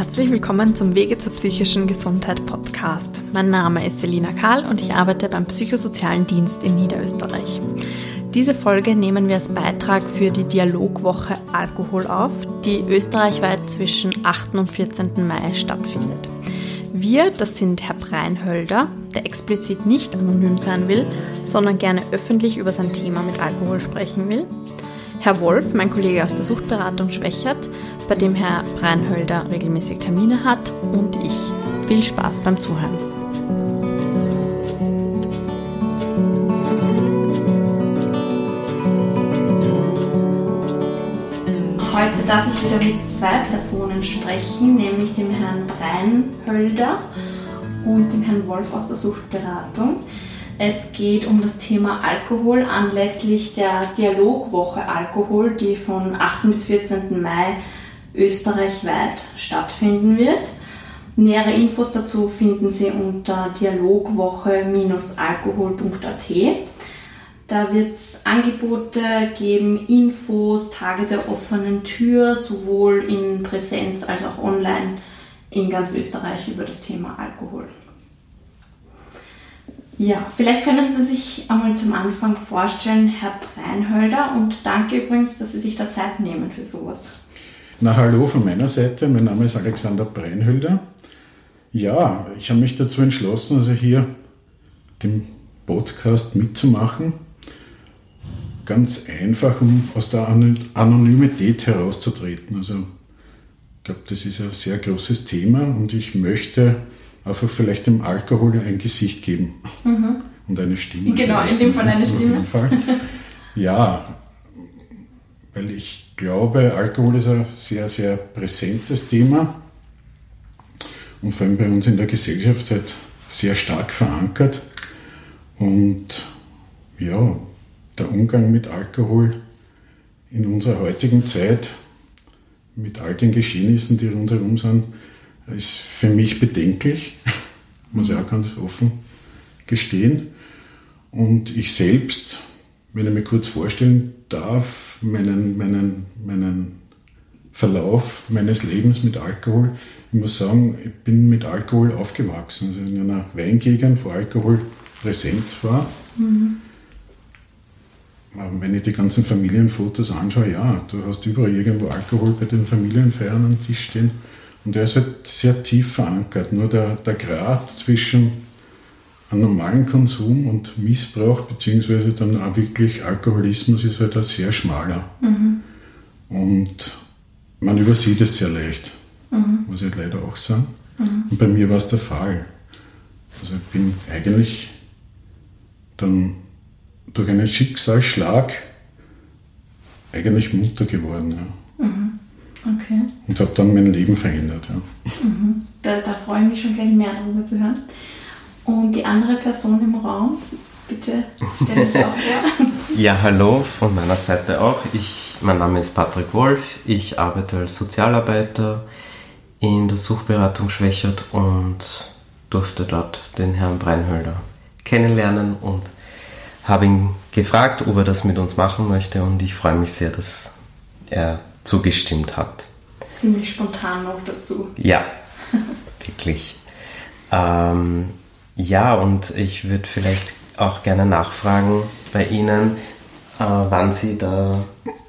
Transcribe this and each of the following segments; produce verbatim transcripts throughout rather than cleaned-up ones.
Herzlich willkommen zum Wege zur psychischen Gesundheit Podcast. Mein Name ist Selina Kahl und ich arbeite beim Psychosozialen Dienst in Niederösterreich. Diese Folge nehmen wir als Beitrag für die Dialogwoche Alkohol auf, die österreichweit zwischen achten und vierzehnten Mai stattfindet. Wir, das sind Herr Breinhölder, der explizit nicht anonym sein will, sondern gerne öffentlich über sein Thema mit Alkohol sprechen will. Herr Wolf, mein Kollege aus der Suchtberatung Schwächert, bei dem Herr Breinhölder regelmäßig Termine hat, und ich. Viel Spaß beim Zuhören. Heute darf ich wieder mit zwei Personen sprechen, nämlich dem Herrn Breinhölder und dem Herrn Wolf aus der Suchtberatung. Es geht um das Thema Alkohol anlässlich der Dialogwoche Alkohol, die von achten bis vierzehnten Mai österreichweit stattfinden wird. Nähere Infos dazu finden Sie unter dialogwoche Bindestrich alkohol Punkt a t. Da wird es Angebote geben, Infos, Tage der offenen Tür, sowohl in Präsenz als auch online in ganz Österreich über das Thema Alkohol. Ja, vielleicht können Sie sich einmal zum Anfang vorstellen, Herr Breinhölder, und danke übrigens, dass Sie sich da Zeit nehmen für sowas. Na, hallo von meiner Seite, mein Name ist Alexander Breinhölder. Ja, ich habe mich dazu entschlossen, also hier den Podcast mitzumachen. Ganz einfach, um aus der Anonymität herauszutreten. Also ich glaube, das ist ein sehr großes Thema und ich möchte einfach vielleicht dem Alkohol ein Gesicht geben. Mhm. Und eine Stimme. Genau, in dem Fall eine Stimme. In dem Fall. Ja, weil ich glaube, Alkohol ist ein sehr, sehr präsentes Thema und vor allem bei uns in der Gesellschaft halt sehr stark verankert. Und ja, der Umgang mit Alkohol in unserer heutigen Zeit, mit all den Geschehnissen, die rundherum sind, ist für mich bedenklich, muss ich auch ganz offen gestehen. Und ich selbst, wenn ich mir kurz vorstellen darf, meinen, meinen, meinen Verlauf meines Lebens mit Alkohol, ich muss sagen, ich bin mit Alkohol aufgewachsen, also in einer Weingegend, wo Alkohol präsent war. Mhm. Wenn ich die ganzen Familienfotos anschaue, ja, du hast überall irgendwo Alkohol bei den Familienfeiern am Tisch stehen. Und der ist halt sehr tief verankert. Nur der, der Grad zwischen einem normalen Konsum und Missbrauch, beziehungsweise dann auch wirklich Alkoholismus, ist halt ein sehr schmaler. Mhm. Und man übersieht es sehr leicht, mhm. muss ich halt leider auch sagen. Mhm. Und bei mir war es der Fall. Also ich bin eigentlich dann durch einen Schicksalsschlag eigentlich Mutter geworden. Ja. Mhm. Okay. Und habe dann mein Leben verändert. Ja. Mhm. Da, da freue ich mich schon gleich mehr darüber zu hören. Und die andere Person im Raum, bitte stell dich auch vor. Ja, hallo von meiner Seite auch. Ich, mein Name ist Patrick Wolf. Ich arbeite als Sozialarbeiter in der Suchtberatung Schwächert und durfte dort den Herrn Breinhölder kennenlernen und habe ihn gefragt, ob er das mit uns machen möchte, und ich freue mich sehr, dass er zugestimmt hat. Ziemlich spontan noch dazu. Ja, wirklich. Ähm, ja, und ich würde vielleicht auch gerne nachfragen bei Ihnen, äh, wann Sie da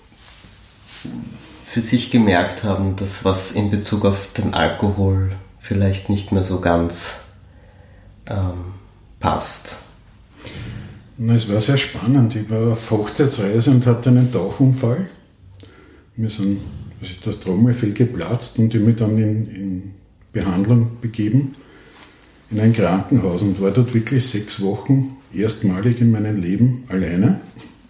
für sich gemerkt haben, dass was in Bezug auf den Alkohol vielleicht nicht mehr so ganz ähm, passt. Na, es war sehr spannend. Ich war auf Hochzeitsreise und hatte einen Tauchunfall. Mir sind also das Trommelfell geplatzt und ich mich dann in, in Behandlung begeben in ein Krankenhaus und war dort wirklich sechs Wochen erstmalig in meinem Leben alleine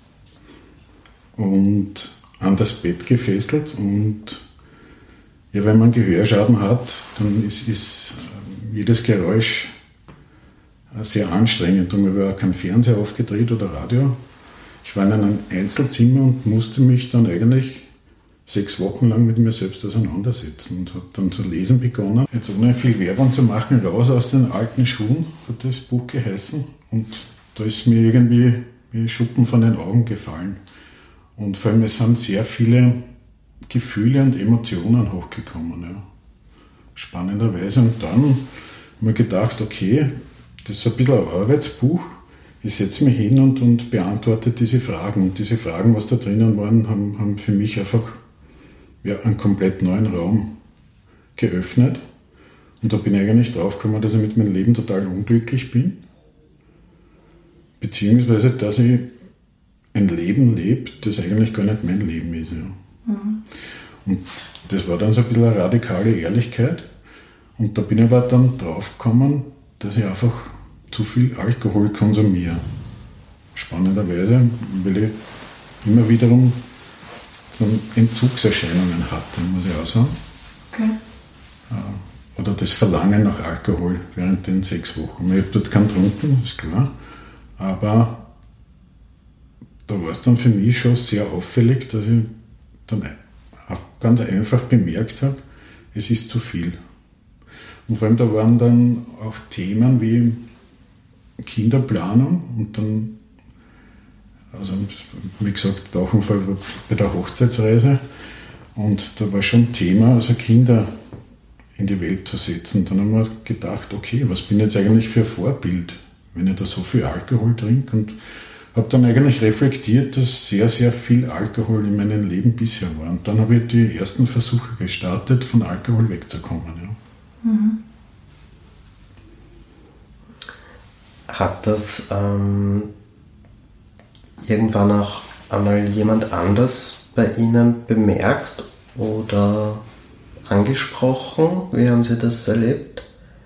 und an das Bett gefesselt. Und ja, wenn man Gehörschaden hat, dann ist, ist jedes Geräusch sehr anstrengend. Und mir war kein Fernseher aufgedreht oder Radio. Ich war in einem Einzelzimmer und musste mich dann eigentlich sechs Wochen lang mit mir selbst auseinandersetzen und habe dann zu lesen begonnen. Jetzt ohne viel Werbung zu machen, raus aus den alten Schuhen, hat das Buch geheißen. Und da ist mir irgendwie wie Schuppen von den Augen gefallen. Und vor allem, es sind sehr viele Gefühle und Emotionen hochgekommen. Ja. spannenderweise. Und dann habe ich mir gedacht, okay, das ist ein bisschen ein Arbeitsbuch. Ich setze mich hin und, und beantworte diese Fragen. Und diese Fragen, was da drinnen waren, haben, haben für mich einfach ja, einen komplett neuen Raum geöffnet. Und da bin ich eigentlich draufgekommen, dass ich mit meinem Leben total unglücklich bin. Beziehungsweise, dass ich ein Leben lebe, das eigentlich gar nicht mein Leben ist. Ja. Mhm. Und das war dann so ein bisschen eine radikale Ehrlichkeit. Und da bin ich aber dann draufgekommen, dass ich einfach zu viel Alkohol konsumiere. Spannenderweise, weil ich immer wiederum so Entzugserscheinungen hatte, muss ich auch sagen. Okay. Oder das Verlangen nach Alkohol während den sechs Wochen. Ich habe dort keinen getrunken, ist klar. Aber da war es dann für mich schon sehr auffällig, dass ich dann ganz einfach bemerkt habe, es ist zu viel. Und vor allem da waren dann auch Themen wie Kinderplanung und dann, also wie gesagt, der Unfall bei der Hochzeitsreise und da war schon Thema, also Kinder in die Welt zu setzen. Dann haben wir gedacht, okay, was bin ich jetzt eigentlich für ein Vorbild, wenn ich da so viel Alkohol trinke, und habe dann eigentlich reflektiert, dass sehr, sehr viel Alkohol in meinem Leben bisher war. Und dann habe ich die ersten Versuche gestartet, von Alkohol wegzukommen. Ja. Mhm. Hat das ähm, irgendwann auch einmal jemand anders bei Ihnen bemerkt oder angesprochen? Wie haben Sie das erlebt?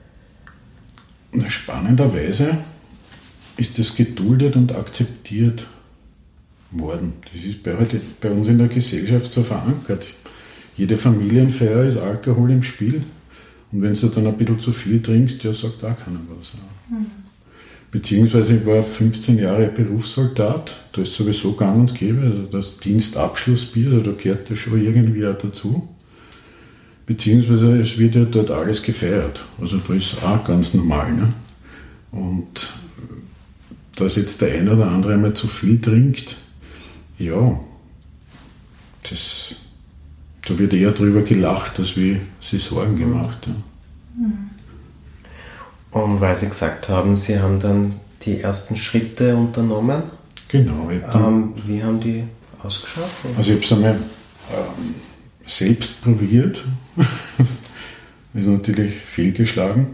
Spannenderweise ist das geduldet und akzeptiert worden. Das ist bei, heute, bei uns in der Gesellschaft so verankert. Jede Familienfeier ist Alkohol im Spiel. Und wenn du dann ein bisschen zu viel trinkst, ja, sagt auch keiner was. Mhm. Beziehungsweise ich war fünfzehn Jahre Berufssoldat, da ist sowieso gang und gäbe, also das Dienstabschlussbier, also da gehört ja schon irgendwie auch dazu. Beziehungsweise es wird ja dort alles gefeiert, also da ist auch ganz normal. Ne? Und dass jetzt der eine oder andere einmal zu viel trinkt, ja, das, da wird eher drüber gelacht, als wie sie Sorgen gemacht. Ja. Mhm. Und weil Sie gesagt haben, Sie haben dann die ersten Schritte unternommen. Genau. Ähm, wie haben die ausgeschaut? Also ich habe es einmal ähm, selbst probiert. Ist natürlich fehlgeschlagen.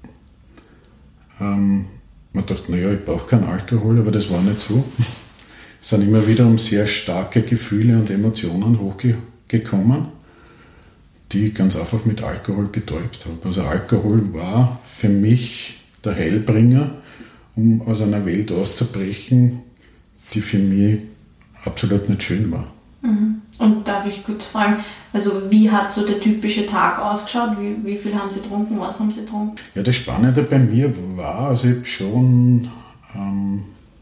Ähm, man dachte, naja, ich brauche keinen Alkohol, aber das war nicht so. Es sind immer wieder um sehr starke Gefühle und Emotionen hochgekommen, die ich ganz einfach mit Alkohol betäubt habe. Also Alkohol war für mich der Heilbringer, um aus einer Welt auszubrechen, die für mich absolut nicht schön war. Mhm. Und darf ich kurz fragen, also wie hat so der typische Tag ausgeschaut? Wie, wie viel haben Sie getrunken? Was haben Sie getrunken? Ja, das Spannende bei mir war, also ich habe schon ähm,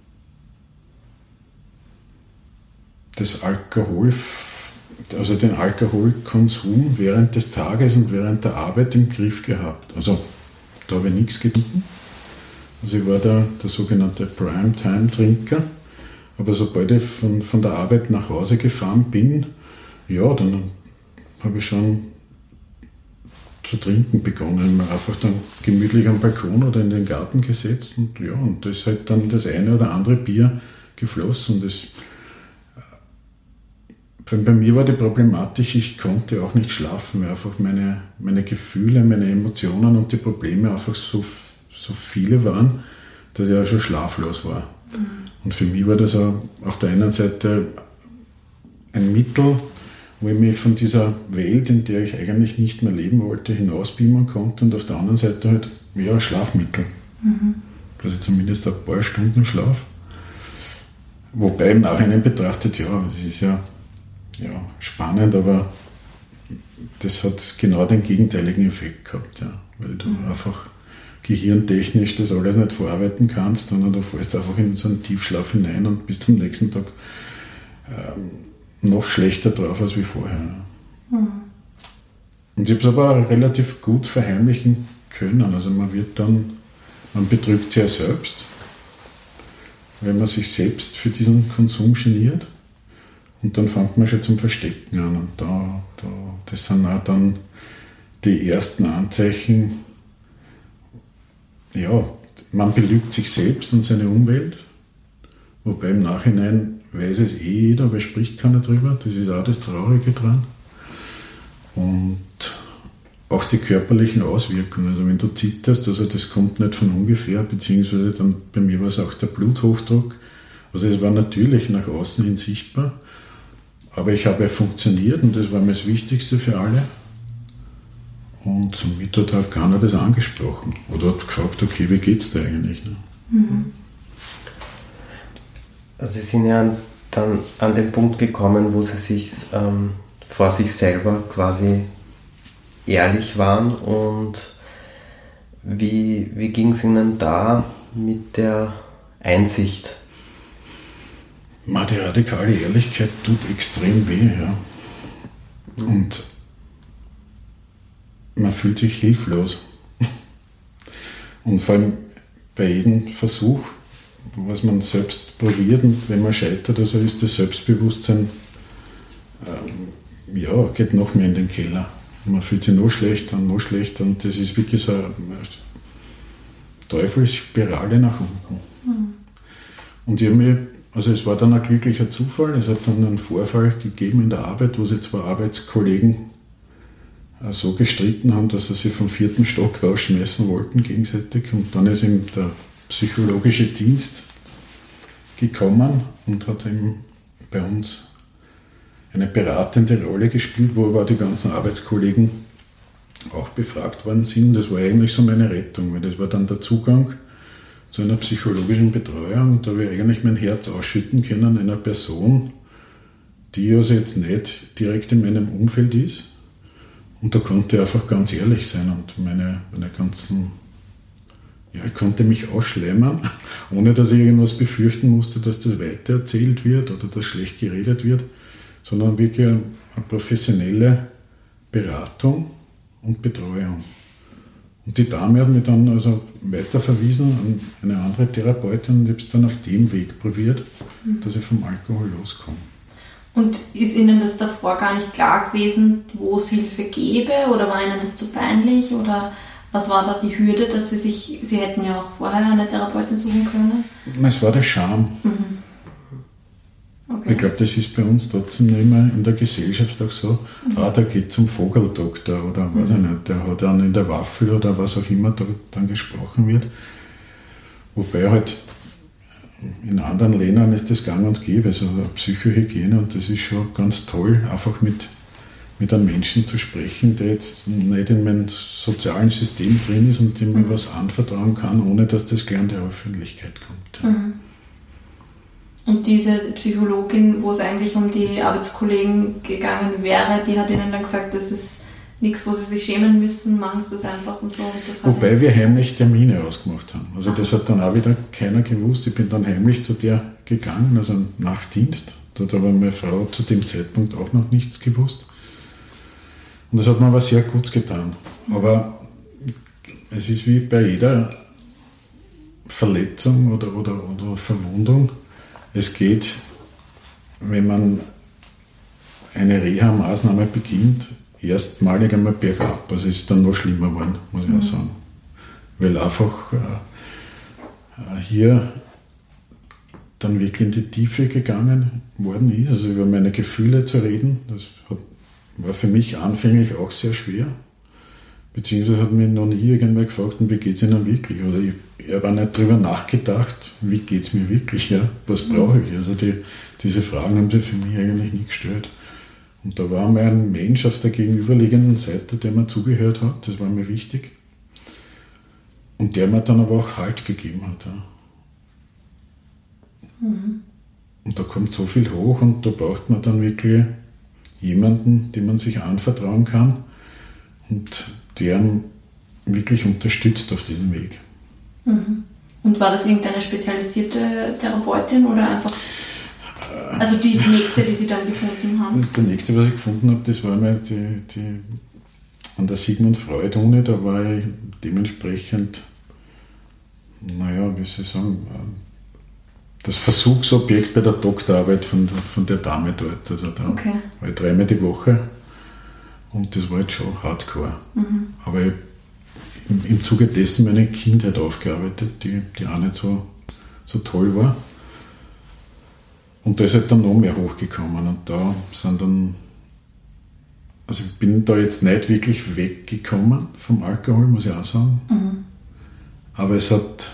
das Alkohol, also den Alkoholkonsum während des Tages und während der Arbeit im Griff gehabt. Also da habe ich nichts getrunken. Also ich war da der sogenannte Primetime-Trinker. Aber sobald ich von, von der Arbeit nach Hause gefahren bin, ja, dann habe ich schon zu trinken begonnen. Ich habe einfach dann gemütlich am Balkon oder in den Garten gesetzt und ja, und da ist halt dann das eine oder andere Bier geflossen. Das, bei mir war die Problematik, ich konnte auch nicht schlafen, weil einfach meine, meine Gefühle, meine Emotionen und die Probleme einfach so, so viele waren, dass ich auch schon schlaflos war. Mhm. Und für mich war das auch auf der einen Seite ein Mittel, wo ich mich von dieser Welt, in der ich eigentlich nicht mehr leben wollte, hinausbeamen konnte, und auf der anderen Seite halt, ja, Schlafmittel. Mhm. Also zumindest ein paar Stunden Schlaf. Wobei im Nachhinein betrachtet, ja, es ist ja, ja spannend, aber das hat genau den gegenteiligen Effekt gehabt, ja, weil du mhm. einfach gehirntechnisch das alles nicht verarbeiten kannst, sondern du fällst einfach in so einen Tiefschlaf hinein und bist am nächsten Tag ähm, noch schlechter drauf als wie vorher. Mhm. Und ich habe es aber relativ gut verheimlichen können. Also man wird dann, man betrügt sich ja selbst, wenn man sich selbst für diesen Konsum geniert, und dann fängt man schon zum Verstecken an. Und da, da, das sind auch dann die ersten Anzeichen, ja, man belügt sich selbst und seine Umwelt, wobei im Nachhinein weiß es eh jeder, aber es spricht keiner drüber, das ist auch das Traurige dran. Und auch die körperlichen Auswirkungen, also wenn du zitterst, also das kommt nicht von ungefähr, beziehungsweise dann bei mir war es auch der Bluthochdruck, also es war natürlich nach außen hin sichtbar, aber ich habe funktioniert und das war mir das Wichtigste für alle. Und somit hat auch keiner das angesprochen oder hat gefragt, okay, wie geht's dir eigentlich? Ne? Mhm. Also Sie sind ja dann an den Punkt gekommen, wo Sie sich ähm, vor sich selber quasi ehrlich waren, und wie, wie ging es Ihnen da mit der Einsicht? Ma, die radikale Ehrlichkeit tut extrem weh, ja. Mhm. Und man fühlt sich hilflos. Und vor allem bei jedem Versuch, was man selbst probiert, und wenn man scheitert, also ist das Selbstbewusstsein, ähm, ja, geht noch mehr in den Keller. Man fühlt sich noch schlechter und noch schlechter, und das ist wirklich so eine Teufelsspirale nach unten. Mhm. Und ich habe mich, also es war dann ein glücklicher Zufall, es hat dann einen Vorfall gegeben in der Arbeit, wo sich zwei Arbeitskollegen so gestritten haben, dass sie sich vom vierten Stock rausschmeißen wollten gegenseitig, und dann ist ihm der psychologische Dienst gekommen und hat ihm bei uns eine beratende Rolle gespielt, wo aber die ganzen Arbeitskollegen auch befragt worden sind. Das war eigentlich so meine Rettung, weil das war dann der Zugang zu einer psychologischen Betreuung, und da habe ich eigentlich mein Herz ausschütten können einer Person, die also jetzt nicht direkt in meinem Umfeld ist. Und da konnte ich einfach ganz ehrlich sein und meine, meine ganzen, ja, ich konnte mich ausschleimen, ohne dass ich irgendwas befürchten musste, dass das weitererzählt wird oder dass schlecht geredet wird, sondern wirklich eine, eine professionelle Beratung und Betreuung. Und die Dame hat mich dann also weiterverwiesen an eine andere Therapeutin, und ich habe es dann auf dem Weg probiert, mhm. dass ich vom Alkohol loskomme. Und ist Ihnen das davor gar nicht klar gewesen, wo es Hilfe gäbe, oder war Ihnen das zu peinlich, oder was war da die Hürde, dass Sie sich, Sie hätten ja auch vorher eine Therapeutin suchen können? Es war der Scham. Mhm. Okay. Ich glaube, das ist bei uns trotzdem nicht mehr in der Gesellschaft auch so, mhm. ah, der geht zum Vogeldoktor oder mhm. weiß ich nicht, der hat dann in der Waffel oder was auch immer da dann gesprochen wird. Wobei halt in anderen Ländern ist das gang und gäbe, also Psychohygiene, und das ist schon ganz toll, einfach mit, mit einem Menschen zu sprechen, der jetzt nicht in meinem sozialen System drin ist und dem mhm. mir was anvertrauen kann, ohne dass das gleich in die Öffentlichkeit kommt. Mhm. Und diese Psychologin, wo es eigentlich um die Arbeitskollegen gegangen wäre, die hat Ihnen dann gesagt, das ist nichts, wo Sie sich schämen müssen, machen Sie das einfach und so. Und das Wobei wir heimlich Termine ausgemacht haben. Also das hat dann auch wieder keiner gewusst. Ich bin dann heimlich zu der gegangen, also nach Dienst. Dort hat aber meine Frau zu dem Zeitpunkt auch noch nichts gewusst. Und das hat mir aber sehr gut getan. Aber es ist wie bei jeder Verletzung oder, oder, oder Verwundung. Es geht, wenn man eine Reha-Maßnahme beginnt, erstmalig einmal bergab. Also es ist dann noch schlimmer geworden, muss ich mhm. auch sagen. Weil einfach äh, hier dann wirklich in die Tiefe gegangen worden ist, also über meine Gefühle zu reden. Das hat, war für mich anfänglich auch sehr schwer. Beziehungsweise hat mich noch nie irgendwer gefragt, wie geht es Ihnen wirklich? Oder ich, ich habe auch nicht darüber nachgedacht, wie geht es mir wirklich? Ja? Was brauche ich? Also die, diese Fragen haben sich für mich eigentlich nie gestellt. Und da war mal ein Mensch auf der gegenüberliegenden Seite, der mir zugehört hat, das war mir wichtig. Und der mir dann aber auch Halt gegeben hat. Ja. Mhm. Und da kommt so viel hoch, und da braucht man dann wirklich jemanden, dem man sich anvertrauen kann und der einen wirklich unterstützt auf diesem Weg. Mhm. Und war das irgendeine spezialisierte Therapeutin oder einfach... Also die nächste, die Sie dann gefunden haben? Der nächste, was ich gefunden habe, das war mal die, die, an der Sigmund Freud-Uni. Da war ich dementsprechend, naja, wie soll ich sagen, das Versuchsobjekt bei der Doktorarbeit von, von der Dame dort. Also da okay. war ich dreimal die Woche. Und das war jetzt schon hardcore. Mhm. Aber ich habe im, im Zuge dessen meine Kindheit aufgearbeitet, die, die auch nicht so, so toll war. Und da ist halt dann noch mehr hochgekommen. Und da sind dann, also ich bin da jetzt nicht wirklich weggekommen vom Alkohol, muss ich auch sagen. Mhm. Aber es hat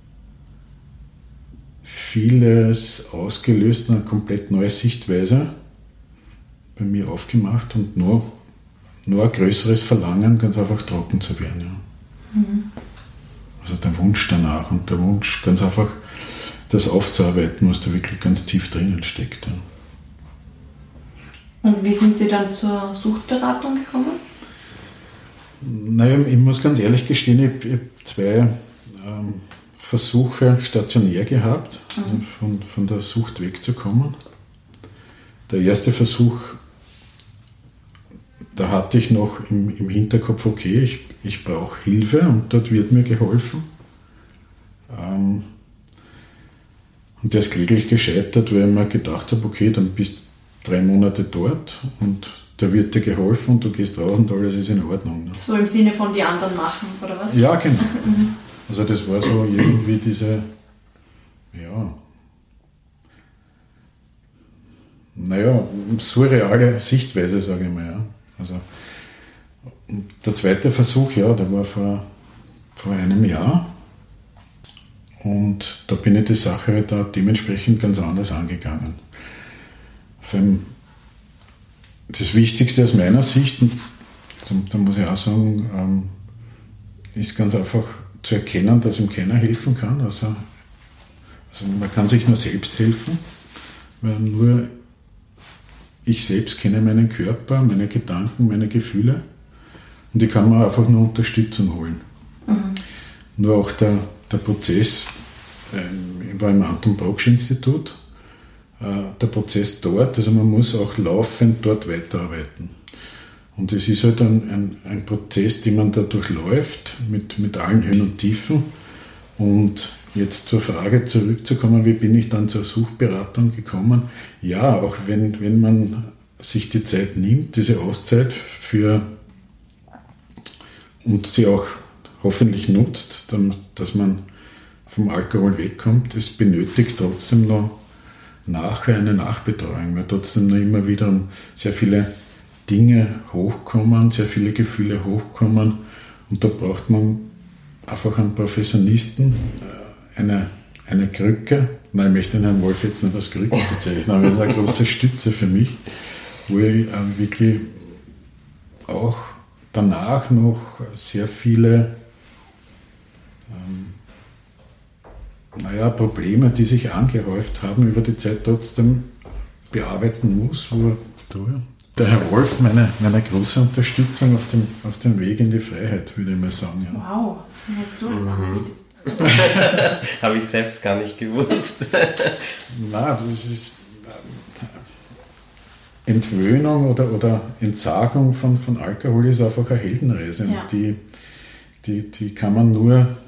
vieles ausgelöst, eine komplett neue Sichtweise bei mir aufgemacht und noch, noch ein größeres Verlangen, ganz einfach trocken zu werden. Ja. Mhm. Also der Wunsch danach und der Wunsch, ganz einfach das aufzuarbeiten, was da wirklich ganz tief drinnen steckt. Ja. Und wie sind Sie dann zur Suchtberatung gekommen? Naja, ich muss ganz ehrlich gestehen, ich, ich habe zwei ähm, Versuche stationär gehabt, mhm. also von, von der Sucht wegzukommen. Der erste Versuch, da hatte ich noch im, im Hinterkopf, okay, ich, ich brauche Hilfe und dort wird mir geholfen. Ähm, und der ist kläglich gescheitert, weil ich mir gedacht habe, okay, dann bist du drei Monate dort und da wird dir geholfen und du gehst raus und alles ist in Ordnung. Ne? So im Sinne von die anderen machen, oder was? Ja, genau. Also das war so irgendwie diese, ja, naja, surreale Sichtweise, sage ich mal. Ja. Also der zweite Versuch, ja, der war vor, vor einem Jahr und da bin ich die Sache da dementsprechend ganz anders angegangen. Vor allem das Wichtigste aus meiner Sicht, da muss ich auch sagen, ist ganz einfach zu erkennen, dass ihm keiner helfen kann. Also, also man kann sich nur selbst helfen, weil nur ich selbst kenne meinen Körper, meine Gedanken, meine Gefühle und ich kann mir einfach nur Unterstützung holen. Mhm. Nur auch der, der Prozess, äh, ich war im Anton Proksch Institut, äh, der Prozess dort, also man muss auch laufend dort weiterarbeiten. Und es ist halt ein, ein, ein Prozess, den man da durchläuft, mit, mit allen Höhen und Tiefen. Und jetzt zur Frage zurückzukommen, wie bin ich dann zur Suchtberatung gekommen? Ja, auch wenn, wenn man sich die Zeit nimmt, diese Auszeit für und sie auch hoffentlich nutzt, dann, dass man vom Alkohol wegkommt, es benötigt trotzdem noch nachher eine Nachbetreuung, weil trotzdem noch immer wieder sehr viele Dinge hochkommen, sehr viele Gefühle hochkommen und da braucht man einfach einen Professionisten, eine, eine Krücke. Nein, ich möchte den Herrn Wolf jetzt nicht als Krücke bezeichnen, aber es ist eine große Stütze für mich, wo ich wirklich auch danach noch sehr viele ähm, naja, Probleme, die sich angehäuft haben, über die Zeit trotzdem bearbeiten muss, wo du, der Herr Wolf meine, meine große Unterstützung auf dem, auf dem Weg in die Freiheit, würde ich mal sagen. Ja. Wow, wie hast du das mhm. anbietet? Habe ich selbst gar nicht gewusst. Nein, das ist Entwöhnung oder, oder Entsagung von, von Alkohol ist einfach eine Heldenreise. Ja. Die, die, die kann man nur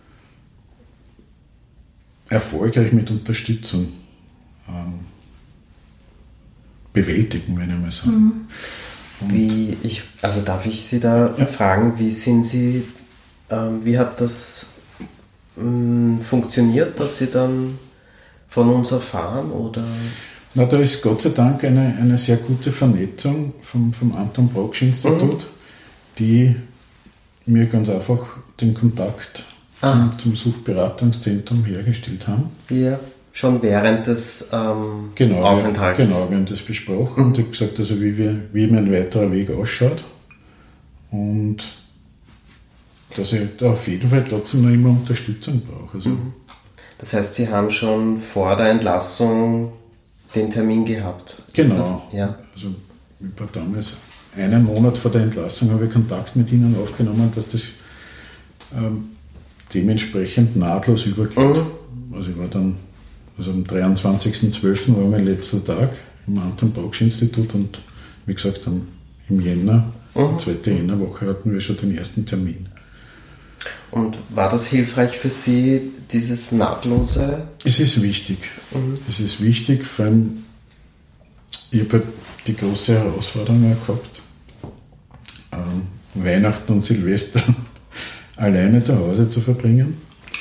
erfolgreich mit Unterstützung ähm, bewältigen, wenn ich mal sagen. Mhm. Wie ich, also darf ich Sie da ja. fragen, wie sind Sie, ähm, wie hat das ähm, funktioniert, dass Sie dann von uns erfahren? Oder? Na, da ist Gott sei Dank eine, eine sehr gute Vernetzung vom, vom Anton Proksch Institut, mhm. die mir ganz einfach den Kontakt zum, zum Suchtberatungszentrum hergestellt haben. Ja. Schon während des ähm, genau, Aufenthalts? Genau, wir haben das besprochen mhm. und ich habe gesagt, also wie, wir, wie mein weiterer Weg ausschaut und dass ich da auf jeden Fall trotzdem noch immer Unterstützung brauche. Also mhm. Das heißt, Sie haben schon vor der Entlassung den Termin gehabt? Genau. Das, ja. Also ich war damals einen Monat vor der Entlassung, habe ich Kontakt mit Ihnen aufgenommen, dass das ähm, dementsprechend nahtlos übergeht. Mhm. Also ich war dann Also am dreiundzwanzigsten zwölften war mein letzter Tag im Anton Proksch Institut und wie gesagt, dann im Jänner, mhm. die zweite Jännerwoche hatten wir schon den ersten Termin. Und war das hilfreich für Sie, dieses Nahtlose? Es ist wichtig. Mhm. Es ist wichtig, vor allem, ich habe halt die große Herausforderung gehabt, ähm, Weihnachten und Silvester alleine zu Hause zu verbringen.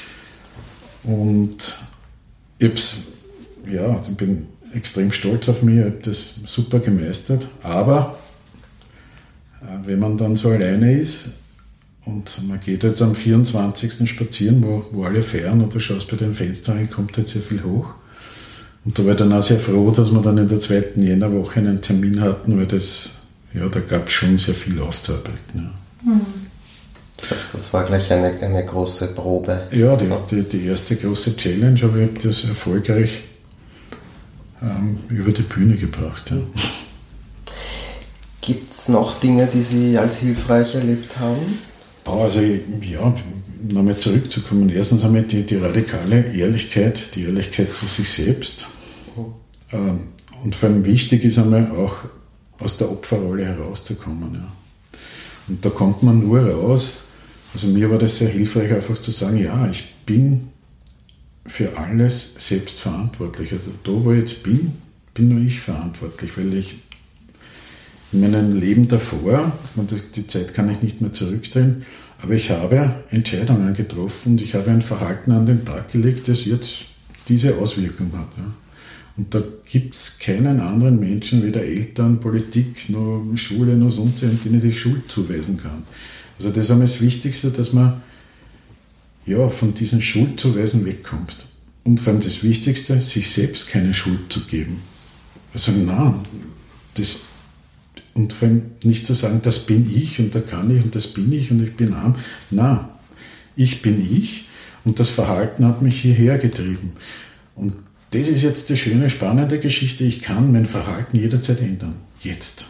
Und ich, hab's, ja, ich bin extrem stolz auf mich, ich habe das super gemeistert. Aber äh, wenn man dann so alleine ist und man geht jetzt am vierundzwanzigsten spazieren, wo, wo alle feiern und du schaust bei den Fenstern rein, kommt halt sehr viel hoch. Und da war ich dann auch sehr froh, dass wir dann in der zweiten Jännerwoche einen Termin hatten, weil das, ja, da gab es schon sehr viel aufzuarbeiten. Ja. Mhm. Das heißt, das war gleich eine, eine große Probe. Ja, die, die, die erste große Challenge, aber ich habe das erfolgreich ähm, über die Bühne gebracht. Ja. Gibt es noch Dinge, die Sie als hilfreich erlebt haben? Also ja, nochmal zurückzukommen. Erstens einmal die, die radikale Ehrlichkeit, die Ehrlichkeit zu sich selbst. Mhm. Und vor allem wichtig ist einmal auch aus der Opferrolle herauszukommen. Ja. Und da kommt man nur raus. Also mir war das sehr hilfreich, einfach zu sagen, ja, ich bin für alles selbst verantwortlich. Also da, wo ich jetzt bin, bin nur ich verantwortlich, weil ich in meinem Leben davor, die Zeit kann ich nicht mehr zurückdrehen, aber ich habe Entscheidungen getroffen und ich habe ein Verhalten an den Tag gelegt, das jetzt diese Auswirkung hat. Ja. Und da gibt es keinen anderen Menschen, weder Eltern, Politik, noch Schule, noch sonst, denen ich die Schuld zuweisen kann. Also das ist einmal das Wichtigste, dass man ja, von diesen Schuldzuweisen wegkommt. Und vor allem das Wichtigste, sich selbst keine Schuld zu geben. Also nein, das und vor allem nicht zu sagen, das bin ich und da kann ich und das bin ich und ich bin arm. Nein, ich bin ich und das Verhalten hat mich hierher getrieben. Und das ist jetzt die schöne, spannende Geschichte. Ich kann mein Verhalten jederzeit ändern. Jetzt.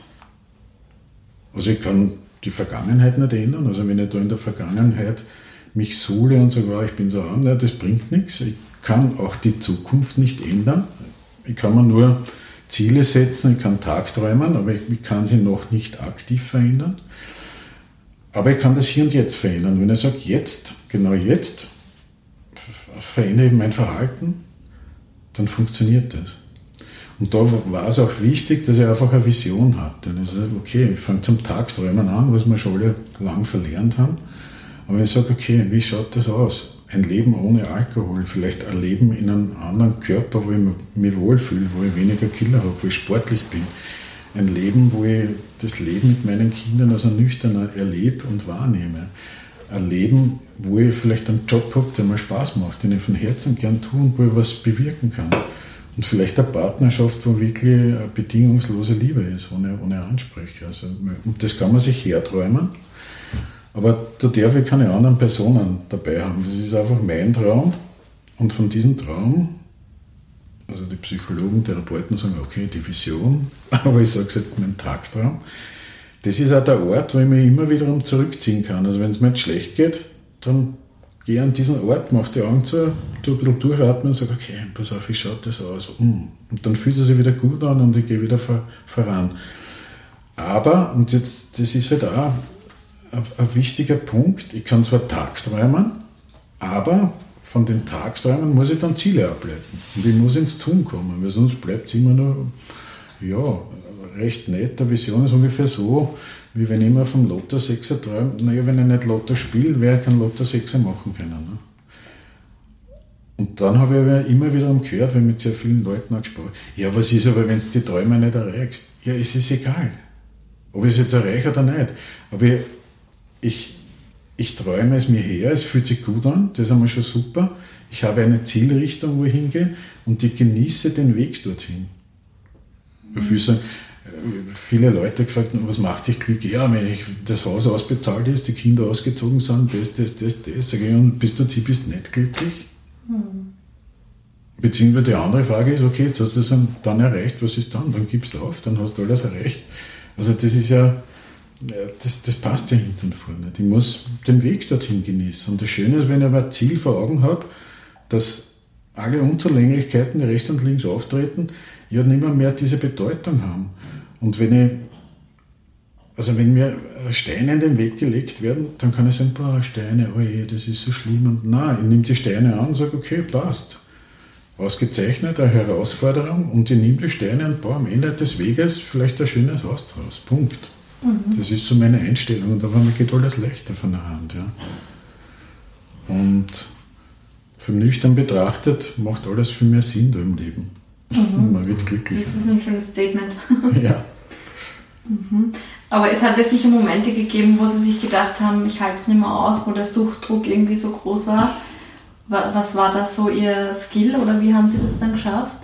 Also ich kann die Vergangenheit nicht ändern. Also wenn ich da in der Vergangenheit mich suhle und sage, oh, ich bin so arm, nein, das bringt nichts. Ich kann auch die Zukunft nicht ändern. Ich kann mir nur Ziele setzen, ich kann tagträumen, aber ich, ich kann sie noch nicht aktiv verändern. Aber ich kann das hier und jetzt verändern. Wenn ich sage, jetzt, genau jetzt, verändere ich mein Verhalten, dann funktioniert das. Und da war es auch wichtig, dass ich einfach eine Vision hatte. Also, okay, ich fange zum Tagträumen an, was wir schon alle lang verlernt haben. Aber ich sage, okay, wie schaut das aus? Ein Leben ohne Alkohol, vielleicht ein Leben in einem anderen Körper, wo ich mich wohlfühle, wo ich weniger Killer habe, wo ich sportlich bin. Ein Leben, wo ich das Leben mit meinen Kindern also nüchtern erlebe und wahrnehme. Ein Leben, wo ich vielleicht einen Job habe, der mir Spaß macht, den ich von Herzen gern tue und wo ich was bewirken kann. Und vielleicht eine Partnerschaft, wo wirklich eine bedingungslose Liebe ist, ohne, ohne Ansprüche. Also, und das kann man sich herträumen. Aber da darf ich keine anderen Personen dabei haben. Das ist einfach mein Traum. Und von diesem Traum, also die Psychologen, Therapeuten sagen, okay, die Vision, aber ich sage es jetzt, mein Tagtraum, das ist auch der Ort, wo ich mich immer wiederum zurückziehen kann. Also wenn es mir jetzt schlecht geht, dann gehe ich an diesen Ort, mache die Augen zu, tue ein bisschen durchatmen und sage, okay, pass auf, wie schaut das aus? Und dann fühlt es sich wieder gut an und ich gehe wieder vor, voran. Aber, und jetzt, das ist halt auch ein wichtiger Punkt, ich kann zwar tagträumen, aber von den Tagträumen muss ich dann Ziele ableiten. Und ich muss ins Tun kommen, weil sonst bleibt es immer nur, ja, recht nett. Der Vision ist ungefähr so, wie wenn ich immer vom Lotto Sechser träume. Naja, wenn ich nicht Lotto spiele, wäre ich kein Lotto Sechser machen können. Ne? Und dann habe ich aber immer wieder gehört, weil ich mit sehr vielen Leuten auch gesprochen habe, ja, was ist aber, wenn du die Träume nicht erreichst? Ja, es ist egal, ob ich es jetzt erreiche oder nicht. Aber ich, ich, ich träume es mir her, es fühlt sich gut an, das ist einmal schon super. Ich habe eine Zielrichtung, wo ich hingehe und ich genieße den Weg dorthin. Mhm. Viele, viele Leute gefragt, was macht dich glücklich? Ja, wenn ich, das Haus ausbezahlt ist, die Kinder ausgezogen sind, das, das, das, das. Sag ich, und bist du, die bist nicht glücklich? Mhm. Beziehungsweise die andere Frage ist, okay, jetzt hast du das dann erreicht, was ist dann? Dann gibst du auf, dann hast du alles erreicht. Also das ist ja, das, das passt ja hinten und vorne. Ich muss den Weg dorthin genießen. Und das Schöne ist, wenn ich aber ein Ziel vor Augen habe, dass alle Unzulänglichkeiten, die rechts und links auftreten, ja nicht mehr, mehr diese Bedeutung haben. Und wenn ich, also wenn mir Steine in den Weg gelegt werden, dann kann ich sagen, boah, Steine, oh je, das ist so schlimm. Und nein, ich nehme die Steine an und sage, okay, passt. Ausgezeichnet, eine Herausforderung, und ich nehme die Steine und baue am Ende des Weges vielleicht ein schönes Haus draus. Punkt. Mhm. Das ist so meine Einstellung und auf einmal geht alles leichter von der Hand. Ja. Und vom Nüchtern betrachtet macht alles viel mehr Sinn da im Leben. Mhm. Man wird glücklich. Das ist ein schönes Statement. Ja. Mhm. Aber es hat ja sicher Momente gegeben, wo Sie sich gedacht haben, ich halte es nicht mehr aus, wo der Suchtdruck irgendwie so groß war. Was war da so Ihr Skill oder wie haben Sie das dann geschafft?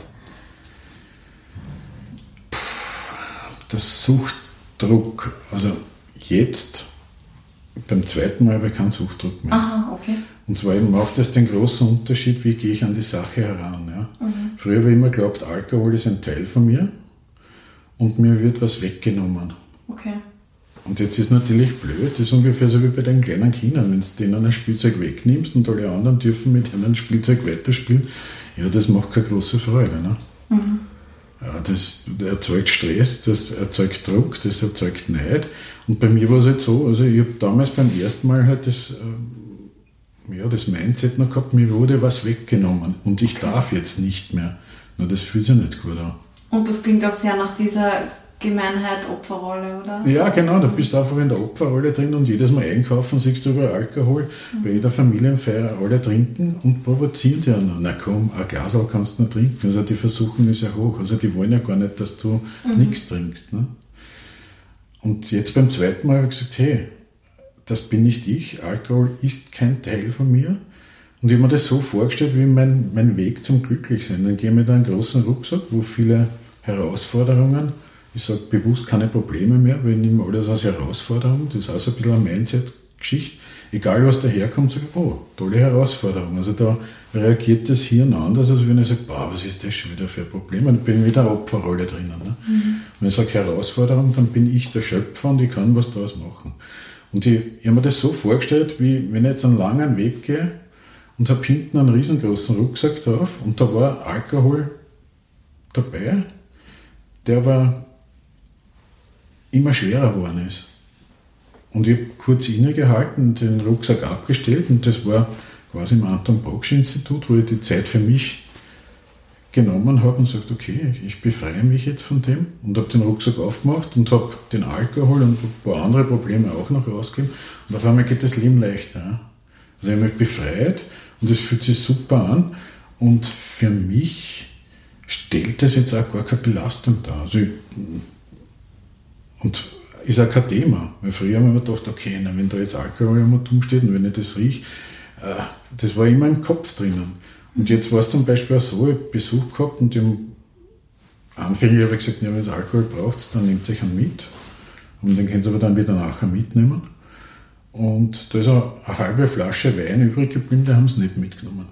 Der Suchtdruck, also jetzt, beim zweiten Mal habe ich keinen Suchtdruck mehr. Aha, okay. Und zwar eben macht das den großen Unterschied, wie gehe ich an die Sache heran. Ja. Mhm. Früher habe ich immer geglaubt, Alkohol ist ein Teil von mir und mir wird was weggenommen. Okay. Und jetzt ist natürlich blöd, das ist ungefähr so wie bei den kleinen Kindern, wenn du denen ein Spielzeug wegnimmst und alle anderen dürfen mit einem Spielzeug weiterspielen, ja, das macht keine große Freude. Ne? Mhm. Ja, das erzeugt Stress, das erzeugt Druck, das erzeugt Neid. Und bei mir war es halt so, also ich habe damals beim ersten Mal halt das, äh, ja, das Mindset noch gehabt, mir wurde was weggenommen und ich darf jetzt nicht mehr. Na, das fühlt sich nicht gut an. Und das klingt auch sehr nach dieser Gemeinheit, Opferrolle, oder? Ja, genau, da bist du einfach in der Opferrolle drin und jedes Mal einkaufen siehst du überall Alkohol, mhm. bei jeder Familienfeier alle trinken und provozieren dir noch. Na komm, ein Glasl kannst du noch trinken. Also die Versuchung ist ja hoch. Also die wollen ja gar nicht, dass du mhm. nichts trinkst. Ne? Und jetzt beim zweiten Mal habe ich gesagt, hey, das bin nicht ich, Alkohol ist kein Teil von mir. Und ich habe mir das so vorgestellt, wie mein, mein Weg zum Glücklichsein. Dann gehe ich mit einem großen Rucksack, wo viele Herausforderungen, ich sage bewusst keine Probleme mehr, weil ich nehme alles als Herausforderung. Das ist auch so ein bisschen eine Mindset-Geschichte. Egal was daherkommt, sage ich, oh, tolle Herausforderung. Also da reagiert das Hirn anders, als wenn ich sage, boah, was ist das schon wieder für ein Problem? Und dann bin ich wieder in der Opferrolle drinnen. Ne? Mhm. Wenn ich sage Herausforderung, dann bin ich der Schöpfer und ich kann was daraus machen. Und ich, ich habe mir das so vorgestellt, wie wenn ich jetzt einen langen Weg gehe und habe hinten einen riesengroßen Rucksack drauf und da war Alkohol dabei, der aber immer schwerer geworden ist. Und ich habe kurz innegehalten, den Rucksack abgestellt und das war quasi im Anton Bocksch Institut, wo ich die Zeit für mich genommen habe und gesagt, okay, ich befreie mich jetzt von dem und habe den Rucksack aufgemacht und habe den Alkohol und ein paar andere Probleme auch noch rausgegeben und auf einmal geht das Leben leichter. Also ich habe mich befreit und das fühlt sich super an und für mich stellt das jetzt auch gar keine Belastung dar. Also ich, und ist auch kein Thema. Weil früher haben wir mir gedacht, okay, na, wenn da jetzt Alkohol am Atom steht und wenn ich das rieche, äh, das war immer im Kopf drinnen. Und jetzt war es zum Beispiel auch so, ich habe Besuch gehabt und im Anfänger habe ich gesagt, ja, wenn ihr Alkohol braucht, dann nehmt euch einen mit. Und den könnt ihr aber dann wieder nachher mitnehmen. Und da ist auch eine halbe Flasche Wein übrig geblieben, die haben es nicht mitgenommen.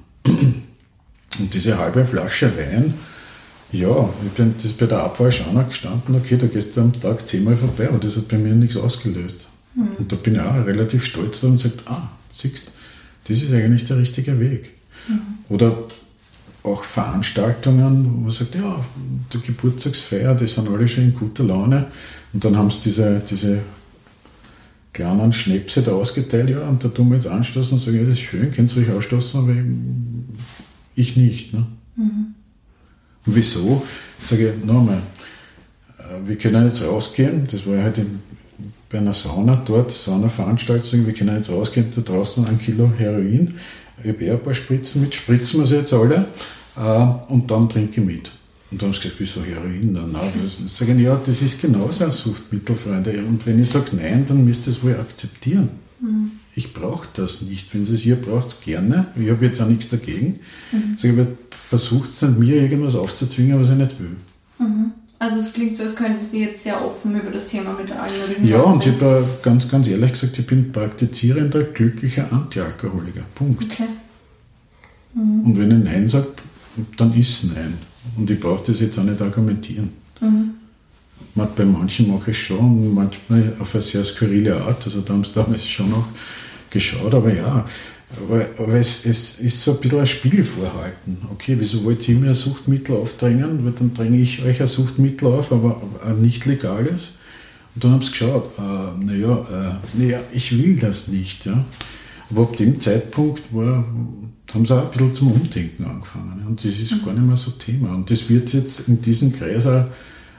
Und diese halbe Flasche Wein, ja, ich bin das bei der Abwahl schon auch gestanden, okay, da gehst du am Tag zehnmal vorbei, aber das hat bei mir nichts ausgelöst. Mhm. Und da bin ich auch relativ stolz drauf und sage, ah, siehst, das ist eigentlich der richtige Weg. Mhm. Oder auch Veranstaltungen, wo man sagt, ja, die Geburtstagsfeier, die sind alle schon in guter Laune. Und dann haben sie diese, diese kleinen Schnäpse da ausgeteilt, ja, und da tun wir jetzt anstoßen und sagen, ja, das ist schön, könnt ihr euch ausstoßen, aber ich nicht. Ne? Mhm. Und wieso? Ich sage, nochmal, wir können jetzt rausgehen, das war ja halt in, bei einer Sauna dort, Saunaveranstaltung, wir können jetzt rausgehen, da draußen ein Kilo Heroin, ich habe eh ein paar Spritzen mit, spritzen wir sie jetzt alle äh, und dann trinke ich mit. Und dann haben sie gesagt, wieso Heroin? Nein, nein, das, sage ich, ja, das ist genauso ein Suchtmittel, Freunde. Und wenn ich sage nein, dann müsst ihr es wohl akzeptieren. Mhm. Ich brauche das nicht. Wenn es ihr braucht, gerne. Ich habe jetzt auch nichts dagegen. Mhm. Sag ich, aber versucht es an mir irgendwas aufzuzwingen, was ich nicht will. Mhm. Also es klingt so, als könnten Sie jetzt sehr offen über das Thema mit allen möglichen Ja, und ich habe ganz, ganz ehrlich gesagt, ich bin praktizierender, glücklicher Antialkoholiker. Punkt. Okay. Mhm. Und wenn ich Nein sage, dann ist es Nein. Und ich brauche das jetzt auch nicht argumentieren. Mhm. Bei manchen mache ich schon, und manchmal auf eine sehr skurrile Art. Also da haben sie damals schon noch geschaut, aber ja, aber, aber es, es ist so ein bisschen ein Spielvorhalten. Okay, wieso wollt ihr mir ein Suchtmittel aufdrängen? Weil dann dränge ich euch ein Suchtmittel auf, aber ein nicht legales. Und dann haben sie geschaut, äh, naja, äh, naja, ich will das nicht. Ja. Aber ab dem Zeitpunkt war, haben sie auch ein bisschen zum Umdenken angefangen. Und das ist mhm. gar nicht mehr so Thema. Und das wird jetzt in diesem Kreis auch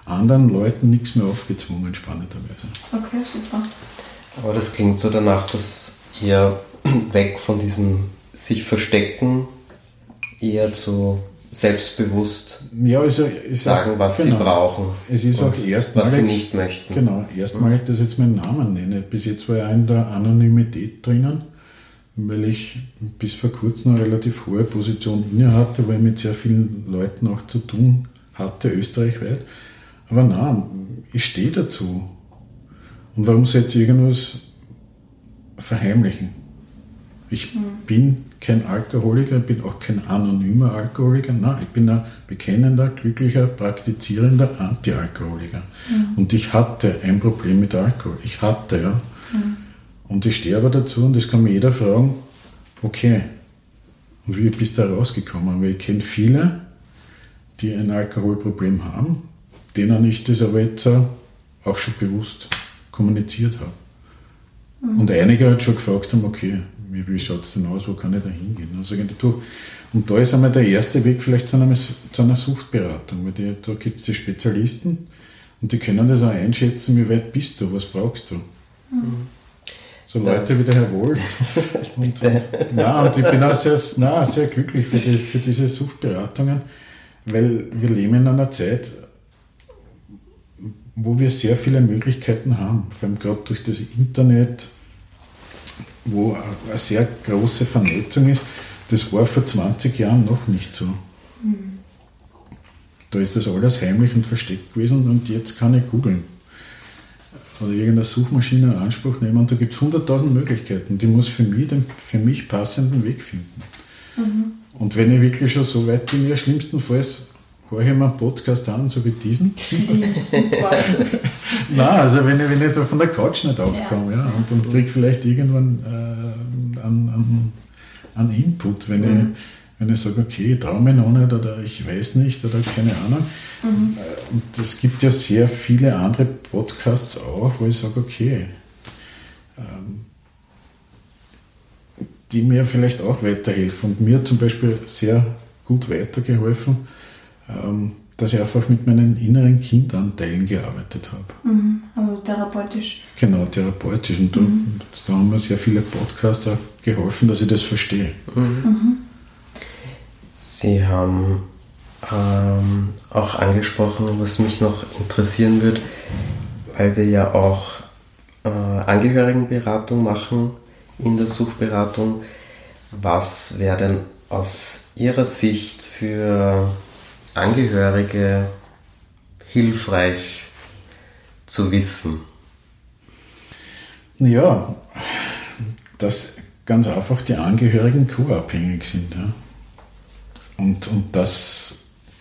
anderen Leuten nichts mehr aufgezwungen, spannenderweise. Okay, super. Aber das klingt so danach, dass ihr weg von diesem sich verstecken eher zu selbstbewusst ja, also ist sagen, auch, was genau. sie brauchen. Es ist auch erstmalig, was sie nicht möchten. Genau, erstmalig, dass ich jetzt meinen Namen nenne. Bis jetzt war ich auch in der Anonymität drinnen, weil ich bis vor kurzem eine relativ hohe Position inne hatte, weil ich mit sehr vielen Leuten auch zu tun hatte, österreichweit. Aber nein, ich stehe dazu. Und warum soll jetzt irgendwas verheimlichen? Ich mhm. bin kein Alkoholiker, ich bin auch kein anonymer Alkoholiker. Nein, ich bin ein bekennender, glücklicher, praktizierender Anti-Alkoholiker. Mhm. Und ich hatte ein Problem mit Alkohol. Ich hatte, ja. Mhm. Und ich stehe aber dazu und das kann mir jeder fragen, okay, und wie bist du da rausgekommen? Weil ich kenne viele, die ein Alkoholproblem haben, denen ich das aber jetzt auch schon bewusst kommuniziert habe. Mhm. Und einige halt schon gefragt haben, okay, wie, wie schaut es denn aus, wo kann ich da hingehen? Also, du, und da ist einmal der erste Weg vielleicht zu einer, zu einer Suchtberatung, weil die, da gibt es die Spezialisten und die können das auch einschätzen, wie weit bist du, was brauchst du. Mhm. So Leute wie der Herr Wolf. und, und, na, und ich bin auch sehr, na, sehr glücklich für, die, für diese Suchtberatungen, weil wir leben in einer Zeit, wo wir sehr viele Möglichkeiten haben, vor allem gerade durch das Internet, wo eine sehr große Vernetzung ist. Das war vor zwanzig Jahren noch nicht so. Mhm. Da ist das alles heimlich und versteckt gewesen und jetzt kann ich googeln oder irgendeine Suchmaschine in Anspruch nehmen und da gibt es hunderttausend Möglichkeiten. Die muss für mich den für mich passenden Weg finden. Mhm. Und wenn ich wirklich schon so weit bin, ja, schlimmstenfalls höre ich mir einen Podcast an, so wie diesen. Nein, also wenn ich, wenn ich da von der Couch nicht aufkomme, ja, ja und, und kriege vielleicht irgendwann äh, einen, einen, einen Input, wenn, mhm. ich, wenn ich sage, okay, ich traue mich noch nicht oder ich weiß nicht oder keine Ahnung. Mhm. Und es gibt ja sehr viele andere Podcasts auch, wo ich sage, okay, ähm, die mir vielleicht auch weiterhelfen. Und mir zum Beispiel sehr gut weitergeholfen, dass ich einfach mit meinen inneren Kindanteilen gearbeitet habe. Mhm, also therapeutisch. Genau, therapeutisch. Und mhm. da, da haben mir sehr viele Podcasts auch geholfen, dass ich das verstehe. Mhm. Mhm. Sie haben ähm, auch angesprochen, was mich noch interessieren würde, weil wir ja auch äh, Angehörigenberatung machen in der Suchtberatung. Was wäre denn aus Ihrer Sicht für Angehörige hilfreich zu wissen? Ja, dass ganz einfach die Angehörigen co-abhängig sind. Ja. Und, und dass,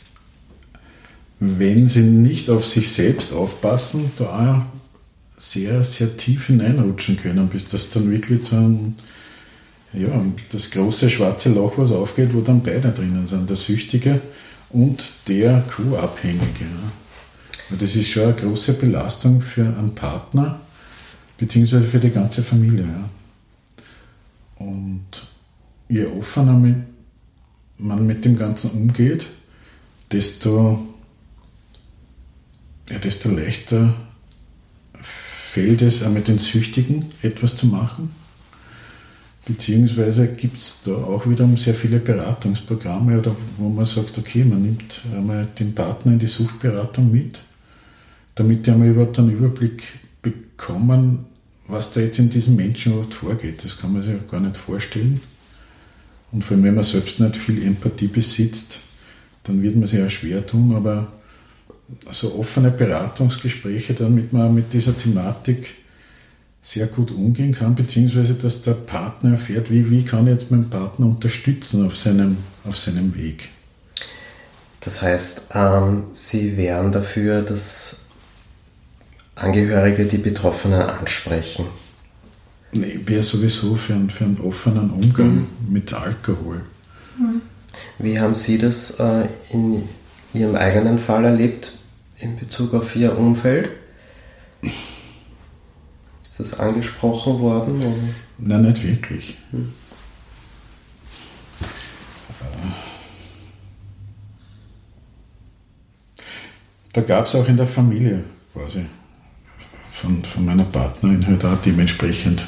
wenn sie nicht auf sich selbst aufpassen, da auch sehr, sehr tief hineinrutschen können, bis das dann wirklich so ein, ja, das große schwarze Loch, was aufgeht, wo dann beide drinnen sind, der Süchtige und der Co-Abhängige. Ja. Das ist schon eine große Belastung für einen Partner, beziehungsweise für die ganze Familie. Ja. Und je offener man mit dem Ganzen umgeht, desto, ja, desto leichter fällt es auch mit den Süchtigen etwas zu machen. Beziehungsweise gibt es da auch wiederum sehr viele Beratungsprogramme, oder wo man sagt, okay, man nimmt einmal den Partner in die Suchtberatung mit, damit die einmal überhaupt einen Überblick bekommen, was da jetzt in diesem Menschen überhaupt vorgeht. Das kann man sich gar nicht vorstellen. Und vor allem, wenn man selbst nicht viel Empathie besitzt, dann wird man sich auch schwer tun, aber so offene Beratungsgespräche, damit man mit dieser Thematik sehr gut umgehen kann, beziehungsweise dass der Partner erfährt, wie, wie kann ich jetzt meinen Partner unterstützen auf seinem, auf seinem Weg. Das heißt, ähm, Sie wären dafür, dass Angehörige die Betroffenen ansprechen? Nee, wäre sowieso für einen, für einen offenen Umgang mhm. mit Alkohol. Mhm. Wie haben Sie das äh, in Ihrem eigenen Fall erlebt, in Bezug auf Ihr Umfeld? Ist das angesprochen worden? Oder? Nein, nicht wirklich. Hm. da gab es auch in der Familie quasi von, von meiner Partnerin halt auch dementsprechend.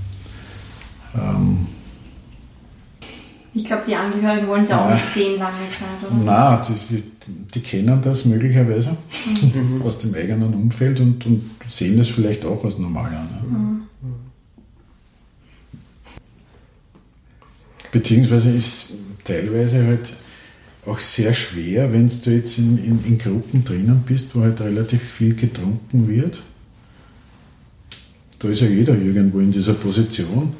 Ähm, ich glaube, die Angehörigen wollen es ja auch äh, nicht sehen lange Zeit, oder? Nein, das, die, die kennen das möglicherweise mhm. aus dem eigenen Umfeld und, und sehen das vielleicht auch als normal an. Ja. Mhm. Beziehungsweise ist teilweise halt auch sehr schwer, wenn du jetzt in, in, in Gruppen drinnen bist, wo halt relativ viel getrunken wird. Da ist ja jeder irgendwo in dieser Position.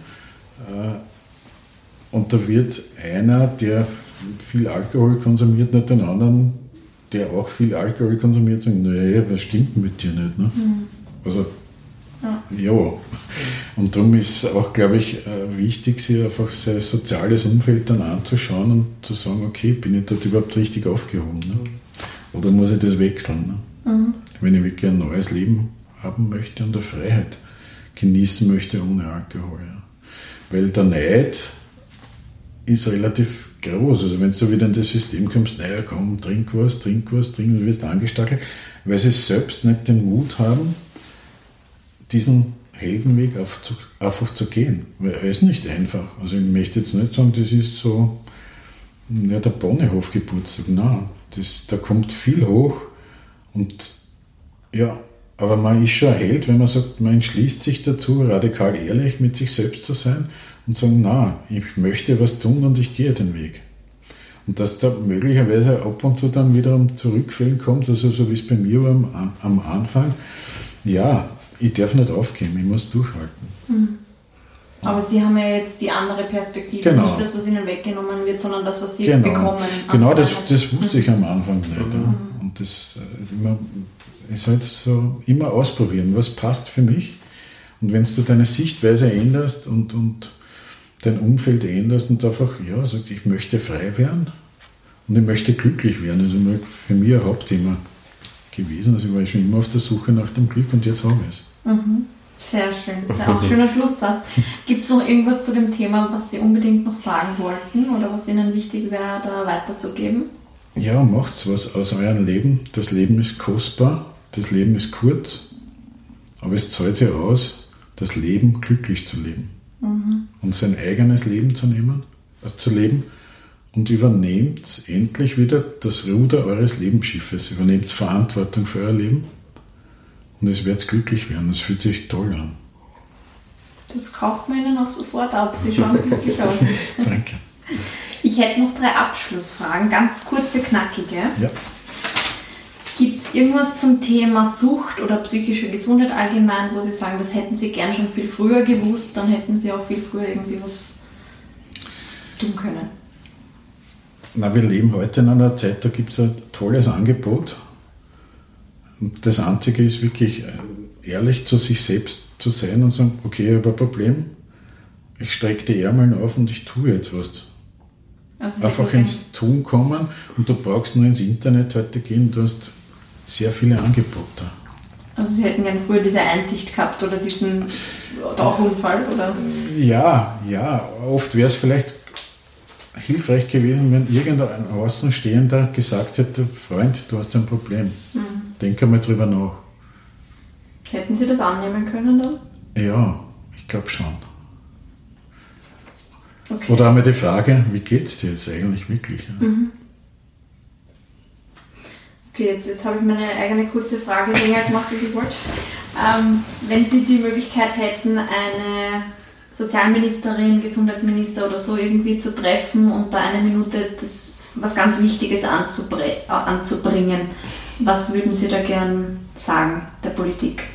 Und da wird einer, der viel Alkohol konsumiert, nicht den anderen, der auch viel Alkohol konsumiert, sagen, naja, was stimmt mit dir nicht? Ne? Mhm. Also, ja. ja. Und darum ist auch, glaube ich, wichtig, sich einfach sein soziales Umfeld dann anzuschauen und zu sagen, okay, bin ich dort überhaupt richtig aufgehoben? Ne? Oder muss ich das wechseln? Ne? Mhm. Wenn ich wirklich ein neues Leben haben möchte und eine Freiheit genießen möchte ohne Alkohol. Ja. Weil der Neid ist relativ groß. Also wenn du wieder in das System kommst, naja komm, trink was, trink was, trink und du wirst angestachelt, weil sie selbst nicht den Mut haben, diesen Heldenweg einfach zu gehen. Weil er ist nicht einfach. Also ich möchte jetzt nicht sagen, das ist so ja, der Bonnehof-Geburtstag. Nein, das, da kommt viel hoch und ja, aber man ist schon ein Held, wenn man sagt, man entschließt sich dazu, radikal ehrlich mit sich selbst zu sein und sagen, na, ich möchte was tun und ich gehe den Weg. Und dass da möglicherweise ab und zu dann wiederum Zurückfällen kommt, also so wie es bei mir war am, am Anfang, ja, ich darf nicht aufgeben, ich muss durchhalten. Mhm. Aber Sie haben ja jetzt die andere Perspektive, genau. Nicht das, was Ihnen weggenommen wird, sondern das, was Sie genau. bekommen. Genau, das, das wusste ich am Anfang nicht. Mhm. Und das immer, ist halt so, immer ausprobieren, was passt für mich. Und wenn du deine Sichtweise änderst und, und dein Umfeld änderst und einfach, ja, sagst, ich möchte frei werden und ich möchte glücklich werden. Also für mich ein Hauptthema gewesen. Also ich war schon immer auf der Suche nach dem Glück und jetzt habe ich es. Mhm. Sehr schön. Ja, auch ein schöner Schlusssatz. Gibt es noch irgendwas zu dem Thema, was Sie unbedingt noch sagen wollten oder was Ihnen wichtig wäre, da weiterzugeben? Ja, macht was aus eurem Leben. Das Leben ist kostbar, das Leben ist kurz, aber es zahlt sich aus, das Leben glücklich zu leben. Mhm. Und sein eigenes Leben zu nehmen, also zu leben und übernehmt endlich wieder das Ruder eures Lebensschiffes. Übernehmt Verantwortung für euer Leben und es wird glücklich werden. Das fühlt sich toll an. Das kauft man Ihnen auch sofort ab. Sie schauen glücklich aus. Danke. Ich hätte noch drei Abschlussfragen, ganz kurze, knackige. Ja. Gibt es irgendwas zum Thema Sucht oder psychische Gesundheit allgemein, wo Sie sagen, das hätten Sie gern schon viel früher gewusst, dann hätten Sie auch viel früher irgendwie was tun können? Na, wir leben heute in einer Zeit, da gibt es ein tolles Angebot. Und das Einzige ist wirklich ehrlich zu sich selbst zu sein und sagen, okay, ich habe ein Problem, ich strecke die Ärmel auf und ich tue jetzt was. Also einfach ins Tun kommen und du brauchst nur ins Internet heute gehen, du hast sehr viele Angebote. Also Sie hätten gerne früher diese Einsicht gehabt oder diesen Tauchunfall, oder? Ja, ja, oft wäre es vielleicht hilfreich gewesen, wenn irgendein Außenstehender gesagt hätte, Freund, du hast ein Problem. Mhm. Denk einmal drüber nach. Hätten Sie das annehmen können dann? Ja, ich glaube schon. Okay. Oder einmal die Frage, wie geht es dir jetzt eigentlich wirklich? Mhm. Okay, jetzt, jetzt habe ich meine eigene kurze Frage länger gemacht, als ich wollte. Ähm, wenn Sie die Möglichkeit hätten, eine Sozialministerin, Gesundheitsminister oder so irgendwie zu treffen und da eine Minute das, was ganz Wichtiges anzubr- anzubringen, was würden Sie da gern sagen, der Politik?